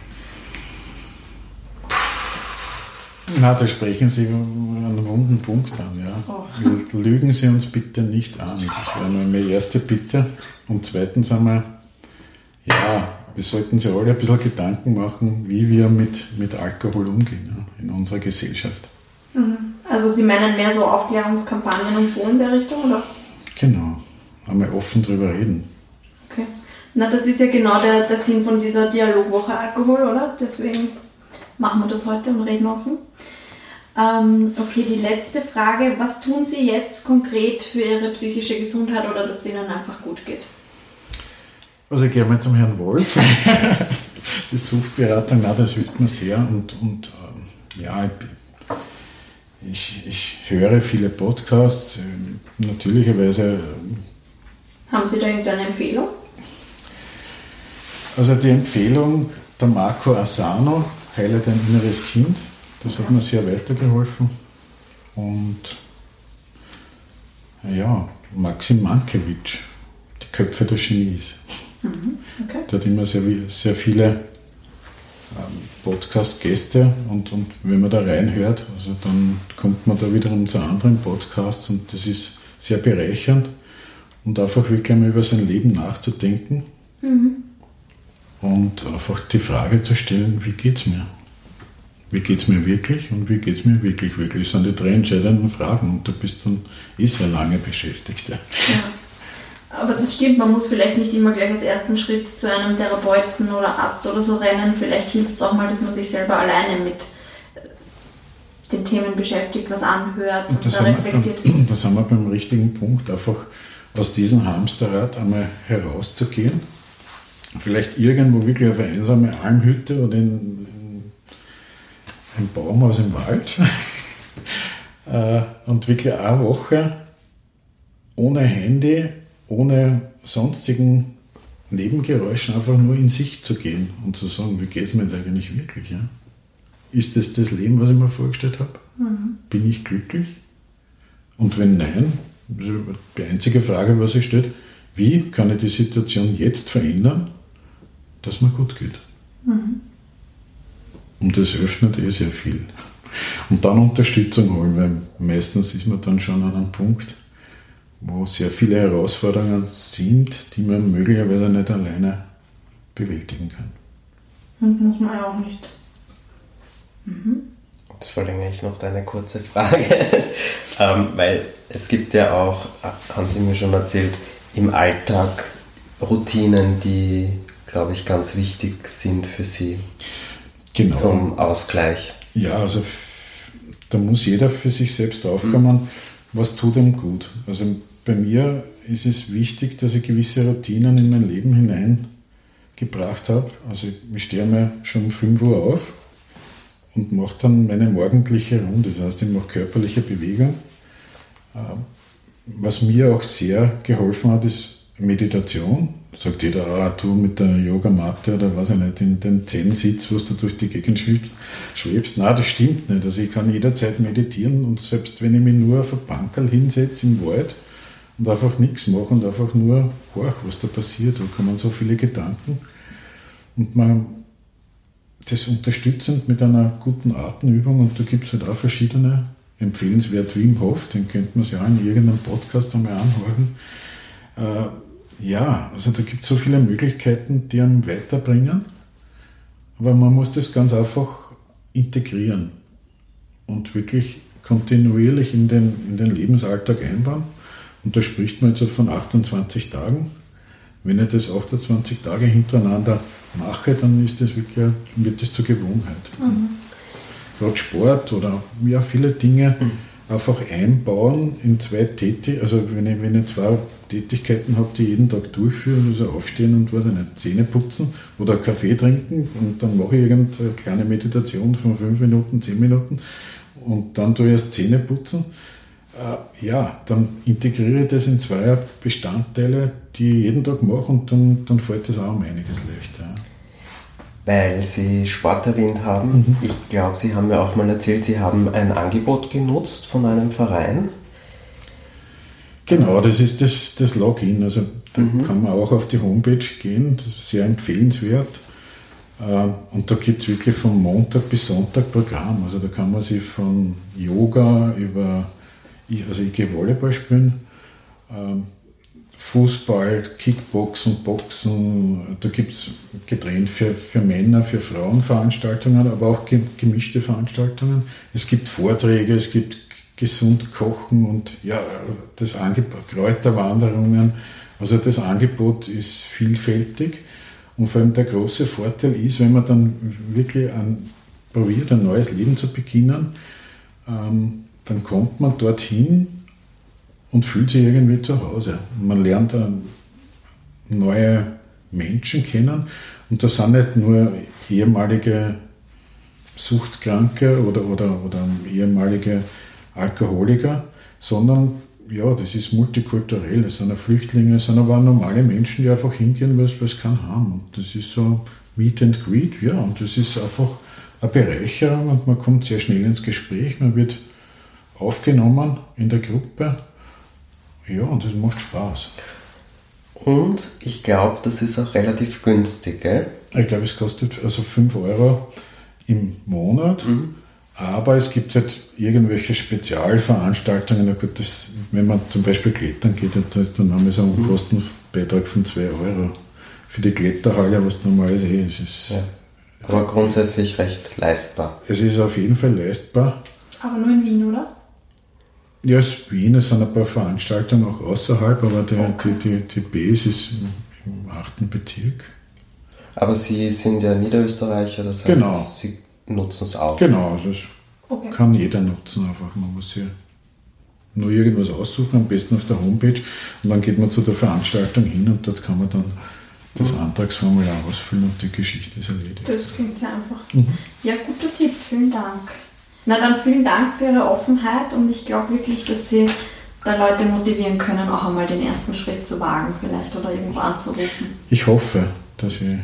Na, da sprechen Sie einen wunden Punkt an. Ja. Oh. Lügen Sie uns bitte nicht an. Das wäre meine erste Bitte. Und zweitens einmal, ja, wir sollten sich alle ein bisschen Gedanken machen, wie wir mit, mit Alkohol umgehen, ja, in unserer Gesellschaft. Also Sie meinen mehr so Aufklärungskampagnen und so in der Richtung, oder? Genau, einmal offen drüber reden. Okay. Na, das ist ja genau der, der Sinn von dieser Dialogwoche Alkohol, oder? Deswegen machen wir das heute und reden offen. Ähm, okay, die letzte Frage. Was tun Sie jetzt konkret für Ihre psychische Gesundheit oder dass es Ihnen einfach gut geht? Also ich gehe mal zum Herrn Wolf. Die Suchtberatung, na, das hilft mir sehr. Und, und ähm, ja, ich, ich höre viele Podcasts. Natürlicherweise. Haben Sie da irgendeine Empfehlung? Also die Empfehlung, der Marco Asano, Heile dein inneres Kind, das okay. hat mir sehr weitergeholfen. Und ja, Maxim Mankiewicz, die Köpfe der Genies. Mhm. Okay. Der hat immer sehr, sehr viele ähm, Podcast-Gäste und, und wenn man da reinhört, also dann kommt man da wiederum zu anderen Podcasts und das ist sehr bereichernd und einfach wirklich einmal über sein Leben nachzudenken. Mhm. Und einfach die Frage zu stellen, wie geht es mir? Wie geht es mir wirklich und wie geht es mir wirklich, wirklich? Das sind die drei entscheidenden Fragen und du bist dann eh sehr lange beschäftigt. Ja. Ja. Aber das stimmt, man muss vielleicht nicht immer gleich als ersten Schritt zu einem Therapeuten oder Arzt oder so rennen. Vielleicht hilft es auch mal, dass man sich selber alleine mit den Themen beschäftigt, was anhört und, und da reflektiert. Wir, da sind wir beim richtigen Punkt, einfach aus diesem Hamsterrad einmal herauszugehen. Vielleicht irgendwo wirklich auf eine einsame Almhütte oder in, in einen Baum aus dem Wald und wirklich eine Woche ohne Handy, ohne sonstigen Nebengeräuschen einfach nur in sich zu gehen und zu sagen, wie geht es mir jetzt eigentlich wirklich? Ja? Ist das das Leben, was ich mir vorgestellt habe? Mhm. Bin ich glücklich? Und wenn nein, die einzige Frage, was sich stellt, wie kann ich die Situation jetzt verändern, dass mir gut geht? Mhm. Und das öffnet eh sehr viel. Und dann Unterstützung holen, weil meistens ist man dann schon an einem Punkt, wo sehr viele Herausforderungen sind, die man möglicherweise nicht alleine bewältigen kann. Und muss man ja auch nicht. Mhm. Jetzt verlängere ich noch deine kurze Frage, ähm, weil es gibt ja auch, haben Sie mir schon erzählt, im Alltag Routinen, die, glaube ich, ganz wichtig sind für Sie genau. zum Ausgleich. Ja, also f- da muss jeder für sich selbst aufkommen, mhm. was tut ihm gut. Also bei mir ist es wichtig, dass ich gewisse Routinen in mein Leben hineingebracht habe. Also ich stehe mir schon um fünf Uhr auf und mache dann meine morgendliche Runde. Das heißt, ich mache körperliche Bewegung. Was mir auch sehr geholfen hat, ist Meditation. Da sagt jeder, ah, du mit der Yogamatte oder was ich nicht, in den Zen-Sitz, wo du durch die Gegend schwebst. Nein, das stimmt nicht. Also ich kann jederzeit meditieren und selbst wenn ich mich nur auf ein Bankerl hinsetze im Wald und einfach nichts mache und einfach nur horch, was da passiert, da kommen so viele Gedanken. Und man das unterstützend mit einer guten Atemübung und da gibt es halt auch verschiedene, empfehlenswert Wim Hof, den könnte man sich auch in irgendeinem Podcast einmal anhören. Äh, ja, also da gibt es so viele Möglichkeiten, die einen weiterbringen, aber man muss das ganz einfach integrieren und wirklich kontinuierlich in den, in den Lebensalltag einbauen. Und da spricht man jetzt von achtundzwanzig Tagen. Wenn ich das achtundzwanzig Tage hintereinander mache, dann ist das wirklich, wird das zur Gewohnheit. Mhm. Gerade Sport oder ja, viele Dinge mhm. einfach einbauen in zwei Tätigkeiten. Also wenn ich, wenn ich zwei Tätigkeiten habe, die ich jeden Tag durchführe, also aufstehen und was ich nicht, Zähne putzen oder Kaffee trinken und dann mache ich irgendeine kleine Meditation von fünf Minuten, zehn Minuten und dann tue ich erst Zähne putzen. Ja, dann integriere ich das in zwei Bestandteile, die ich jeden Tag mache und dann, dann fällt das auch um einiges leichter. Weil Sie Sport erwähnt haben, mhm. ich glaube, Sie haben mir auch mal erzählt, Sie haben ein Angebot genutzt von einem Verein. Genau, das ist das, das Login. Also da mhm. kann man auch auf die Homepage gehen, das ist sehr empfehlenswert. Und da gibt es wirklich von Montag bis Sonntag Programm. Also da kann man sich von Yoga über Ich, also ich gehe Volleyball spielen, ähm, Fußball, Kickboxen, Boxen, da gibt es getrennt für, für Männer, für Frauen Veranstaltungen, aber auch gemischte Veranstaltungen. Es gibt Vorträge, es gibt gesund Kochen und ja, das Angebot, Kräuterwanderungen. Also das Angebot ist vielfältig und vor allem der große Vorteil ist, wenn man dann wirklich an, probiert, ein neues Leben zu beginnen, ähm, dann kommt man dorthin und fühlt sich irgendwie zu Hause. Man lernt eine neue Menschen kennen. Und das sind nicht nur ehemalige Suchtkranke oder, oder, oder ehemalige Alkoholiker, sondern ja, das ist multikulturell. Das sind auch Flüchtlinge, das sind aber auch normale Menschen, die einfach hingehen, weil sie keinen haben. Und das ist so Meet and Greet, ja, und das ist einfach eine Bereicherung und man kommt sehr schnell ins Gespräch, man wird aufgenommen in der Gruppe. Ja, und das macht Spaß. Und ich glaube, das ist auch relativ günstig, gell? Ich glaube, es kostet also fünf Euro im Monat, mhm. aber es gibt halt irgendwelche Spezialveranstaltungen. Na gut, das, wenn man zum Beispiel klettern geht, dann haben wir so einen mhm. Kostenbeitrag von zwei Euro für die Kletterhalle, was normalerweise eh ist. ist ja. Aber grundsätzlich recht leistbar. Es ist auf jeden Fall leistbar. Aber nur in Wien, oder? Ja, es ist Wien, es sind ein paar Veranstaltungen auch außerhalb, aber die, okay. die, die, die Base ist im achten Bezirk. Aber Sie sind ja Niederösterreicher, das heißt, genau. Sie nutzen es auch. Genau, also es okay. kann jeder nutzen einfach. Man muss hier nur irgendwas aussuchen, am besten auf der Homepage, und dann geht man zu der Veranstaltung hin und dort kann man dann das mhm. Antragsformular ausfüllen und die Geschichte ist erledigt. Das klingt sehr einfach. Mhm. Ja, guter Tipp, vielen Dank. Na dann vielen Dank für Ihre Offenheit und ich glaube wirklich, dass Sie da Leute motivieren können, auch einmal den ersten Schritt zu wagen vielleicht oder irgendwo anzurufen. Ich hoffe, dass ich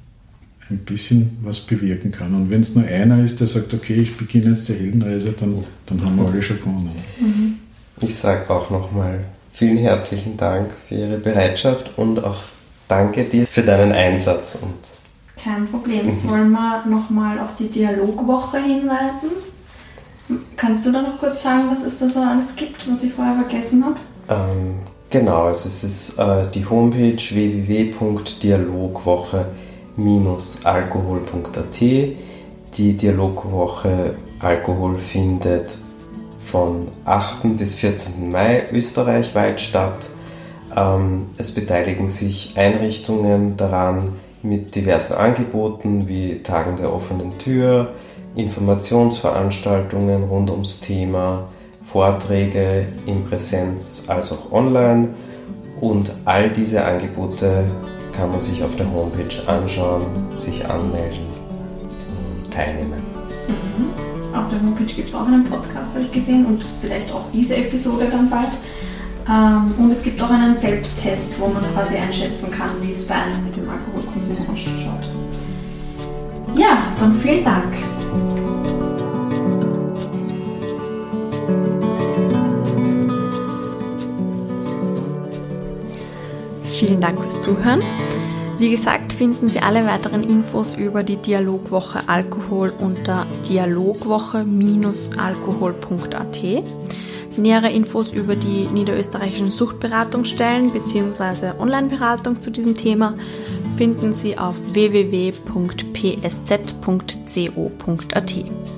ein bisschen was bewirken kann. Und wenn es nur einer ist, der sagt, okay, ich beginne jetzt die Heldenreise, dann, dann haben wir alle schon gewonnen. Mhm. Ich sage auch nochmal vielen herzlichen Dank für Ihre Bereitschaft und auch danke dir für deinen Einsatz. Und kein Problem. Sollen wir nochmal auf die Dialogwoche hinweisen? Kannst du da noch kurz sagen, was es da so alles gibt, was ich vorher vergessen habe? Ähm, genau, also es ist äh, die Homepage w w w punkt dialogwoche Bindestrich alkohol punkt a t. Die Dialogwoche Alkohol findet von achten bis vierzehnten Mai österreichweit statt. Ähm, es beteiligen sich Einrichtungen daran mit diversen Angeboten wie Tagen der offenen Tür, Informationsveranstaltungen rund ums Thema, Vorträge in Präsenz als auch online, und all diese Angebote kann man sich auf der Homepage anschauen, sich anmelden und teilnehmen. Mhm. Auf der Homepage gibt es auch einen Podcast, habe ich gesehen, und vielleicht auch diese Episode dann bald. Ähm, und es gibt auch einen Selbsttest, wo man quasi einschätzen kann, wie es bei einem mit dem Alkoholkonsum ausschaut. Ja, dann vielen Dank. Vielen Dank fürs Zuhören. Wie gesagt, finden Sie alle weiteren Infos über die Dialogwoche Alkohol unter dialogwoche Bindestrich alkohol punkt a t. Nähere Infos über die niederösterreichischen Suchtberatungsstellen bzw. Online-Beratung zu diesem Thema finden Sie auf w w w punkt p s z punkt co punkt a t.